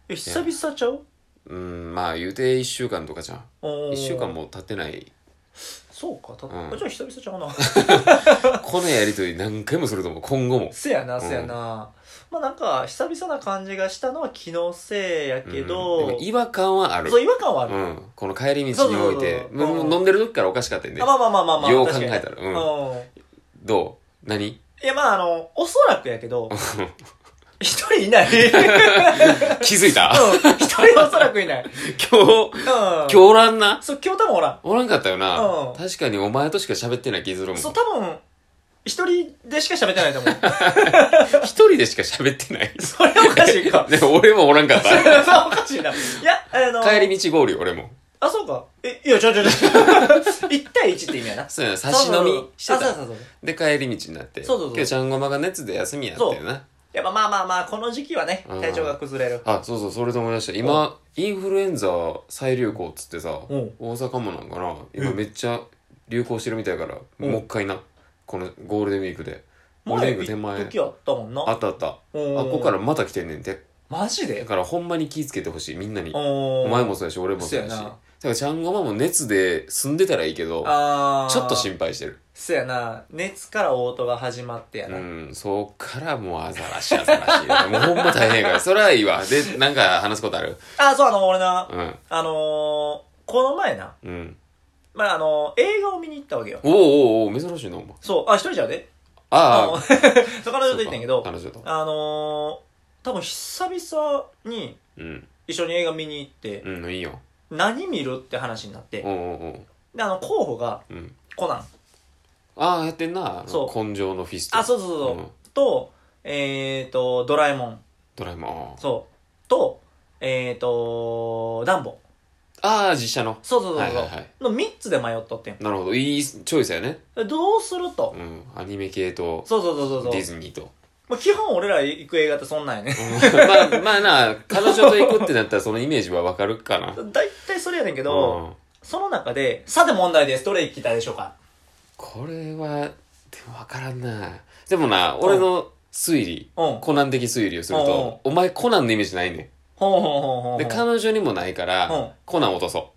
久々ちゃう？ まあ言うて1週間とかじゃん。 1 1週間も経ってない。 そうか、じゃあ久々ちゃうな。 このやりとり何回もすると思う、今後も。 せやな。まあなんか久々な感じがしたのは気のせいやけど、 でも違和感はある。 そう、違和感はある。 この帰り道において、飲んでる時からおかしかったんで。 まあよう考えたら。どう？何？ いや、まあおそらくやけど、一人いない。 気づいた？ 一人おそらくいない。 今日おらんな。 そう、今日多分おらんかったよな。確かにお前としか喋ってない気するもん。 そう、多分、一人でしか喋ってないと思う。 一人でしか喋ってない。 それおかしいか。 でも俺もおらんかった。 そうおかしいな。いや、 帰り道合流、俺も。 あ、そうか。いや、1対1って意味やな。 そうやな、差し飲みしてた。 そう。 で、帰り道になって。今日ちゃんごまが熱で休みやったよな。 やっぱまあ、この時期はね、体調が崩れる。 そう、それと思い出した。今、インフルエンザ再流行っつってさ、大阪もなんかな、今めっちゃ流行してるみたいから、もう一回な、このゴールデンウィークで。ゴールデンウィーク手前。 時あったもんな。 あった。ここからまた来てんねんて。 マジで？ だからほんまに気ぃつけてほしい、みんなに。お前もそうやし、俺もそうやし。だからちゃんごまも熱で済んでたらいいけど、ちょっと心配してる。 そうやな。熱から嘔吐が始まってやな。 そっからもうアザラシ。もうほんま大変やから。それはいいわ。で、なんか話すことある？ そう、俺な、この前な、まあ、映画を見に行ったわけよ。 おー、珍しいな、お前。 そう、一人じゃで。そこからちょっと言ったんやけど、多分久々に、一緒に映画見に行って、 いいよ。 何見るって話になって、で、候補が、コナン。 やってんな。根性のフィスト。 そう。と、ドラえもん。そう。と、ダンボ。 実写の。 そう。の3つで迷っとってん。 なるほど。いいチョイスやね。 どうすると。 アニメ系と、 そう。 ディズニーと。 基本俺ら行く映画ってそんなんやね。 まあな、彼女と行くってなったらそのイメージはわかるかな。 だいたいそれやねんけど、その中で、さて問題です。どれ行きたいでしょうか？これは、でもわからんな。でもな、俺の推理、コナン的推理をすると、お前コナンのイメージないねん。で、彼女にもないから、コナン落とそう。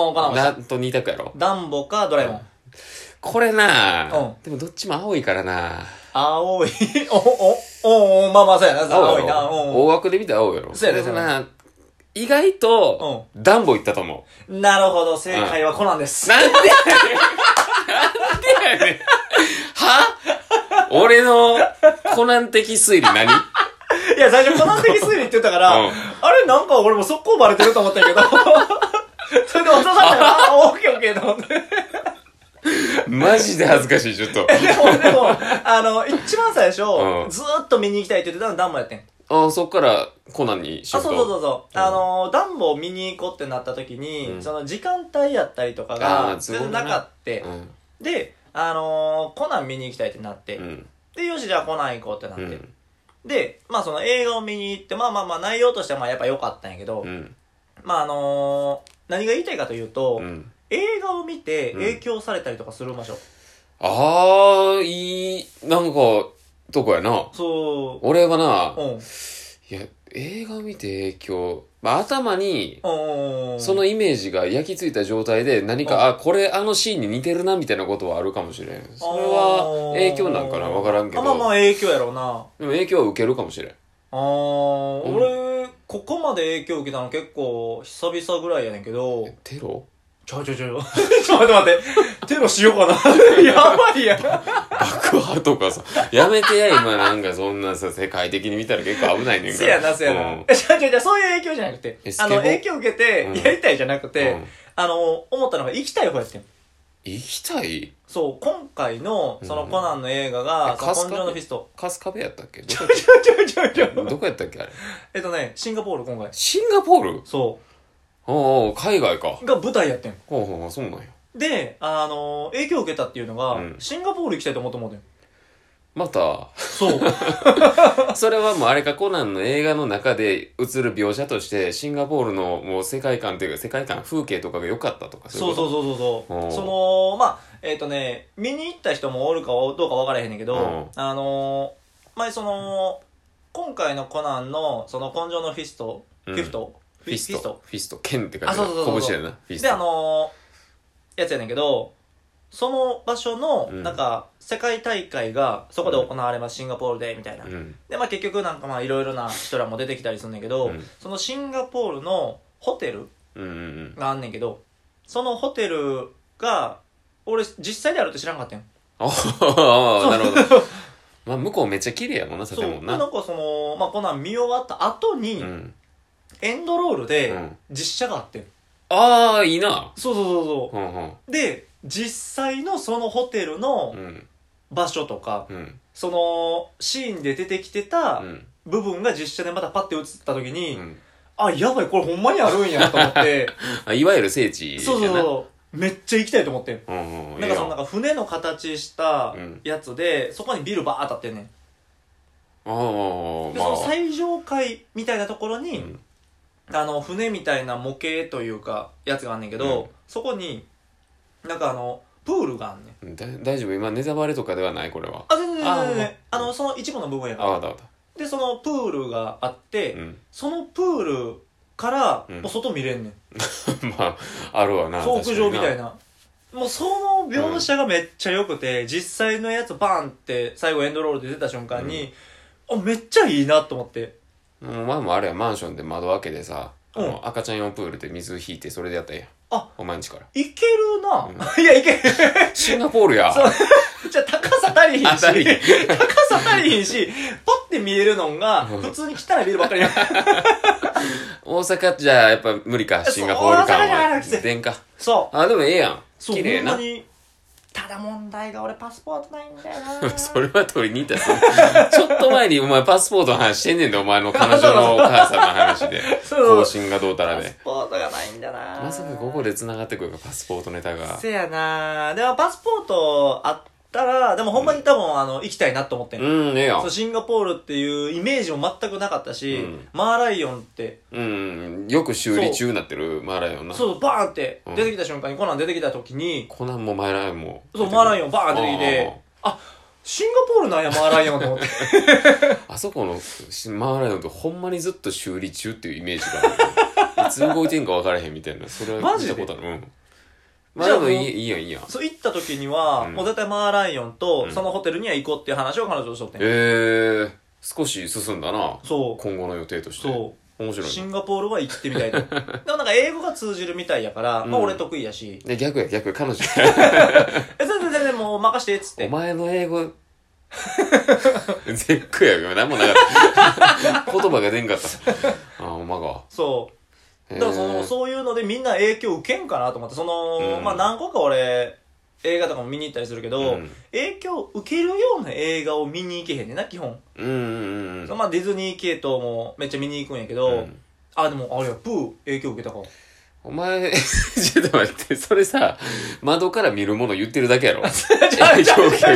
なんと2択やろ。 ダンボかドラえもん。 これな、でもどっちも青いからな。 青い。まあそうやな。青いな。 大枠で見て青いやろ。 そうやな。 意外と、ダンボいったと思う。なるほど、正解はコナンです。 なんでやねん。は？俺のコナン的推理何？ いや、最初コナン的推理って言ったから、あれなんか俺も速攻バレてると思ったけど、それで落とされたら、オッケーと思って。 マジで恥ずかしい、ちょっと。 でも、一番最初、ずーっと見に行きたいって言ってたのダンボやってん。 そっからコナンにしようと。 そう。ダンボを見に行こうってなった時に、その時間帯やったりとかが全然なかった。で、コナン見に行きたいってなって、で、よし、じゃあコナン行こうってなって。で、まあその映画を見に行って、まあ内容としてはまあやっぱ良かったんやけど、まあ何が言いたいかというと、映画を見て影響されたりとかする場所。 いい、なんか、とこやな。 そう。 俺はな、いや、映画を見て影響、頭に、そのイメージが焼き付いた状態で何か、これシーンに似てるなみたいなことはあるかもしれん。それは影響なんかなわからんけど。 まあ影響やろうな。 でも影響は受けるかもしれん。 俺、ここまで影響受けたの結構久々ぐらいやねんけど。 テロ？ ちょっと待って。テロしようかな。やばいやん。 爆破とかさ。やめてや、今なんかそんなさ、世界的に見たら結構危ないねんから。 せやな。じゃそういう影響じゃなくて、影響受けて、やりたいじゃなくて、思ったのが行きたい方やってん。 行きたい？ そう、今回の、そのコナンの映画が、根性のフィスト。 春日部やったっけ？ どこやったっけあれ。 シンガポール今回。 シンガポール？ そう。 海外か。 が舞台やってん。 そうなんや。 で、影響を受けたっていうのが、シンガポール行きたいと思ってん。 また。 そう。 それはもうあれか、コナンの映画の中で映る描写として、シンガポールのもう世界観というか、世界観、風景とかが良かったとか、 そう。見に行った人もおるかどうか分からへんねんけど、前今回のコナンの、その根性のフィストフィフトフィスト剣って書いてある。拳やな。フィスト。 でやつやねんけど、その場所のなんか世界大会がそこで行われます、シンガポールでみたいな。で結局なんかいろいろな人らも出てきたりするんだけど、そのシンガポールのホテルがあんねんけど、そのホテルが俺実際であるって知らんかったん。 ああ、なるほど。向こうめっちゃ綺麗やもんな、建物な。 なんかこんなん見終わった後に、エンドロールで実写があってん。 ああ、いいな。 そう。で、実際のそのホテルの場所とか、そのシーンで出てきてた部分が実写でまたパッて映った時に、あ、やばい、これほんまにあるんやと思って。 いわゆる聖地やな。 そう。めっちゃ行きたいと思ってん。なんか船の形したやつで、そこにビルバー当たってんねん。で、その最上階みたいなところに、船みたいな模型というか、やつがあんねんけど、そこに、なんかプールがあんねん。大丈夫？今ネタバレとかではない？これは。 全然。その一部の部分やから。で、そのプールがあって、そのプールからもう外見れんねん。 あるわな。 屋上みたいな。もうその描写がめっちゃ良くて、実際のやつバーンって最後エンドロールで出た瞬間に、めっちゃいいなと思って。 前もあれや、マンションで窓開けでさ、赤ちゃん用プールで水引いてそれでやったらええやん。お前んちから。 いけるな。いや、いける。 シンガポールや。 じゃあ高さ足りひんし、パッて見えるのが、普通に汚いビルばっかりな。 大阪じゃやっぱ無理か、シンガポール感は。出んか。 そう。 でもええやん。綺麗な。 ただ問題が俺パスポートないんだよな。 それは取りに行ったらちょっと前にお前パスポートの話してんねんで、お前の彼女のお母さんの話で。更新がどうたらで。 パスポートがないんだな。 まさかここで繋がってくるか、パスポートネタが。 せやな。でもパスポートあったら、でもほんまに多分行きたいなと思ってんの。 ええやん。 シンガポールっていうイメージも全くなかったし、マーライオンって。 よく修理中になってるマーライオンな。 そう、バーンって出てきた瞬間に、コナン出てきた時に、 コナンもマーライオンも。 そう、マーライオンバーン出てきて、シンガポールなんや、マーライオンと思って。 あそこのマーライオンってほんまにずっと修理中っていうイメージがある。いつ動いてんか分からへんみたいな。それは聞いたことある。でもいいやん。 そう、行った時には、もう絶対マーライオンと、そのホテルには行こうっていう話を彼女としとってん。 少し進んだな。 そう。 今後の予定として。 そう。 面白い。 シンガポールは行ってみたいと。でもなんか英語が通じるみたいやから、俺得意やし。 で、逆、彼女。 全然もう任してっつって。 お前の英語、絶句やけど、なんもなかった。言葉が出んかった。お前が。 そう。だからそういうのでみんな影響受けんかなと思って、何個か俺、映画とかも見に行ったりするけど、影響受けるような映画を見に行けへんねんな、基本。ディズニー系統もめっちゃ見に行くんやけど、でも、あれや、プー影響受けたか。 お前、ちょっと待って、それさ、窓から見るもの言ってるだけやろ。 影響受け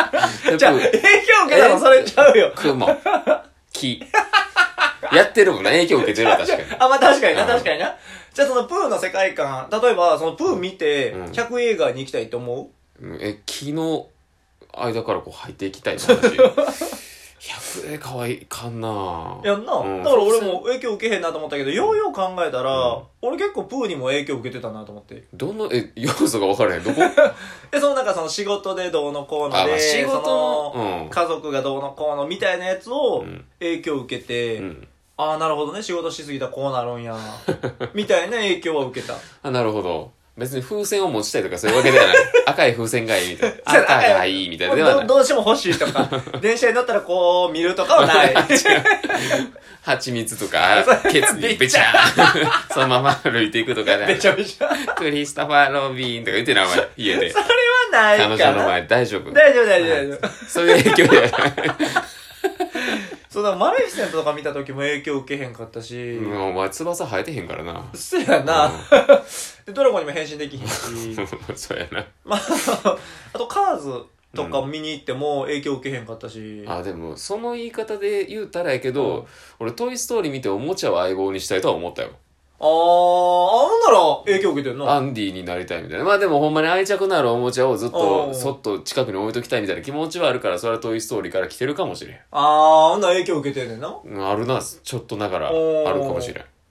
たのそれちゃうよ。 雲、木。やってるもんな、影響受けてるわ、確かに。 確かにな。じゃあそのプーの世界観、例えばそのプー見て、100映画に行きたいって思う？ 木の間からこう入っていきたいな、100かはいかんなやんな。だから俺も影響受けへんなと思ったけど、ようよう考えたら、俺結構プーにも影響受けてたなと思って。 要素が分からへん、どこなんかその仕事でどうのこうので、 仕事の、 家族がどうのこうのみたいなやつを影響受けて、なるほどね、仕事しすぎたらこうなるんや、みたいな影響は受けた。 なるほど。別に風船を持ちたいとかそういうわけではない。赤い風船がいいみたいな。赤がいいみたいなではない。 どうしても欲しいとか、電車に乗ったらこう見るとかはない。 蜂蜜とか、ケツにべちゃーそのまま歩いていくとかね。 べちゃべちゃ。 クリストファー・ロビーンとか言ってないお前、家で。 それはないかな。 彼女の前大丈夫。 大丈夫。 そういう影響ではない。 そうだ、マレフィセントとか見た時も影響受けへんかったし。 お前翼生えてへんからな。 そうやな。で、ドラゴンにも変身できひんし。 そうやな。 あとカーズとか見に行っても影響受けへんかったし。 でも、その言い方で言うたらやけど、俺トイストーリー見ておもちゃを相棒にしたいとは思ったよ。 ほんなら影響受けてんの？ アンディになりたいみたいな。でもほんまに愛着のあるおもちゃをずっとそっと近くに置いときたいみたいな気持ちはあるから、それはトイストーリーから来てるかもしれん。 ほんなら影響受けてんねんな。 あるな、ちょっとながらあるかもしれん。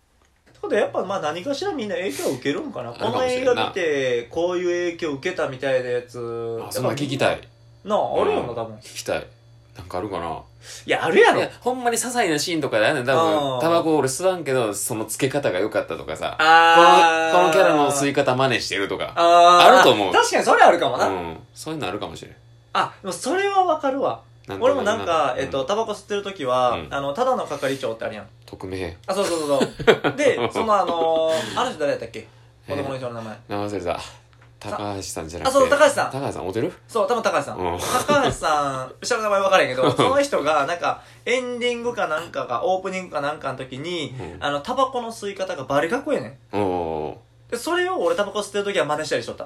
ことでやっぱまあ何かしらみんな影響を受けるんかな。この映画見てこういう影響を受けたみたいなやつ。 あ、そんな聞きたい。 なあ、あるよな、多分。 聞きたい。なんかあるかな。 いや、あるやろ。いや、 ほんまに些細なシーンとかであるねん。多分、タバコ俺吸わんけど、その付け方が良かったとかさ。このキャラの吸い方真似してるとか。あると思う。 確かにそれあるかもな。 そういうのあるかもしれん。 あ、でもそれはわかるわ。俺もなんか、タバコ吸ってる時は、ただの係長ってあるやん。 匿名。 あ、そうそうそう。で、あの人誰やったっけ？子供の人の名前。 名前忘れた。高橋さんじゃなくて。 あ、そう、高橋さん。 高橋さん、おてる？ そう、多分高橋さん。高橋さん、下の名前分からへんけど、その人が、なんか、エンディングかなんかが、オープニングかなんかの時に、タバコの吸い方がバリかっこいいねん。で、それを俺タバコ吸ってる時は真似したりしとった。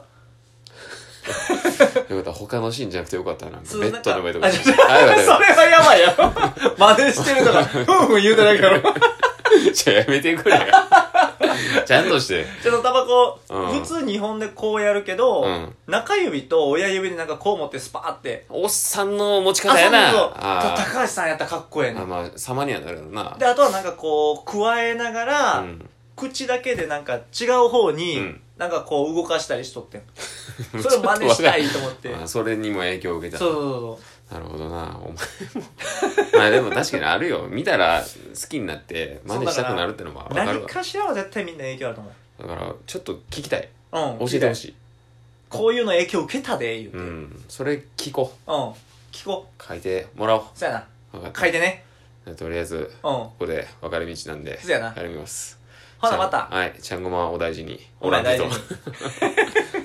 よかった、他のシーンじゃなくてよかったな。ベッドの上とか。それはやばいやろ。真似してるとか、ふんふん言うてないから。 じゃあやめてくれよ。ちゃんとして。 タバコ、普通日本でこうやるけど、中指と親指でなんかこう持ってスパーって。 おっさんの持ち方やな。 高橋さんやったらかっこええね。 まあ、様にはなるよな。 で、あとはなんかこう、加えながら、口だけでなんか違う方に、なんかこう動かしたりしとってん。それを真似したいと思って。 それにも影響を受けた。 そうそうそう。 なるほどな。お前も。まあでも確かにあるよ。見たら好きになって真似したくなるってのもわかるわ。 何かしらは絶対みんな影響あると思う。だからちょっと聞きたい。教えてほしい。 こういうの影響受けたで、言うて。 それ聞こう。 聞こう。書いてもらおう。 そうやな。書いてね。 とりあえず、ここで分かれ道なんで。 そうやな。 やります。 ほなまた。 はい。ちゃんごまお大事に。 お大事に。